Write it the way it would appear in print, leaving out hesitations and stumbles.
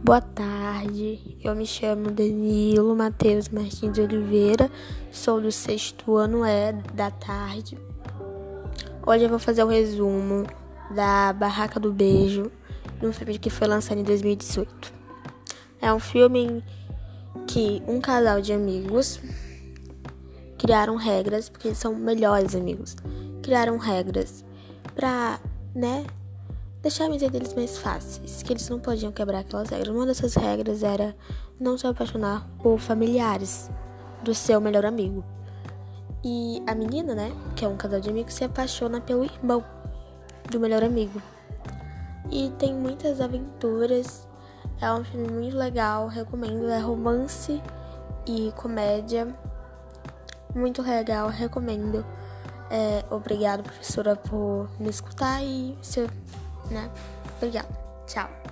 Boa tarde, eu me chamo Danilo Matheus Martins de Oliveira, sou do 6º ano da tarde. Hoje eu vou fazer um resumo da Barraca do Beijo, de um filme que foi lançado em 2018. É um filme em que um casal de amigos criaram regras, porque eles são melhores amigos, criaram regras pra, deixar a vida deles mais fáceis, que eles não podiam quebrar aquelas regras. Uma dessas regras era não se apaixonar por familiares do seu melhor amigo. E a menina, que é um casal de amigos, se apaixona pelo irmão do melhor amigo. E tem muitas aventuras, é um filme muito legal, recomendo, é romance e comédia, muito legal, recomendo. Obrigado, professora, por me escutar e obrigada. Tchau.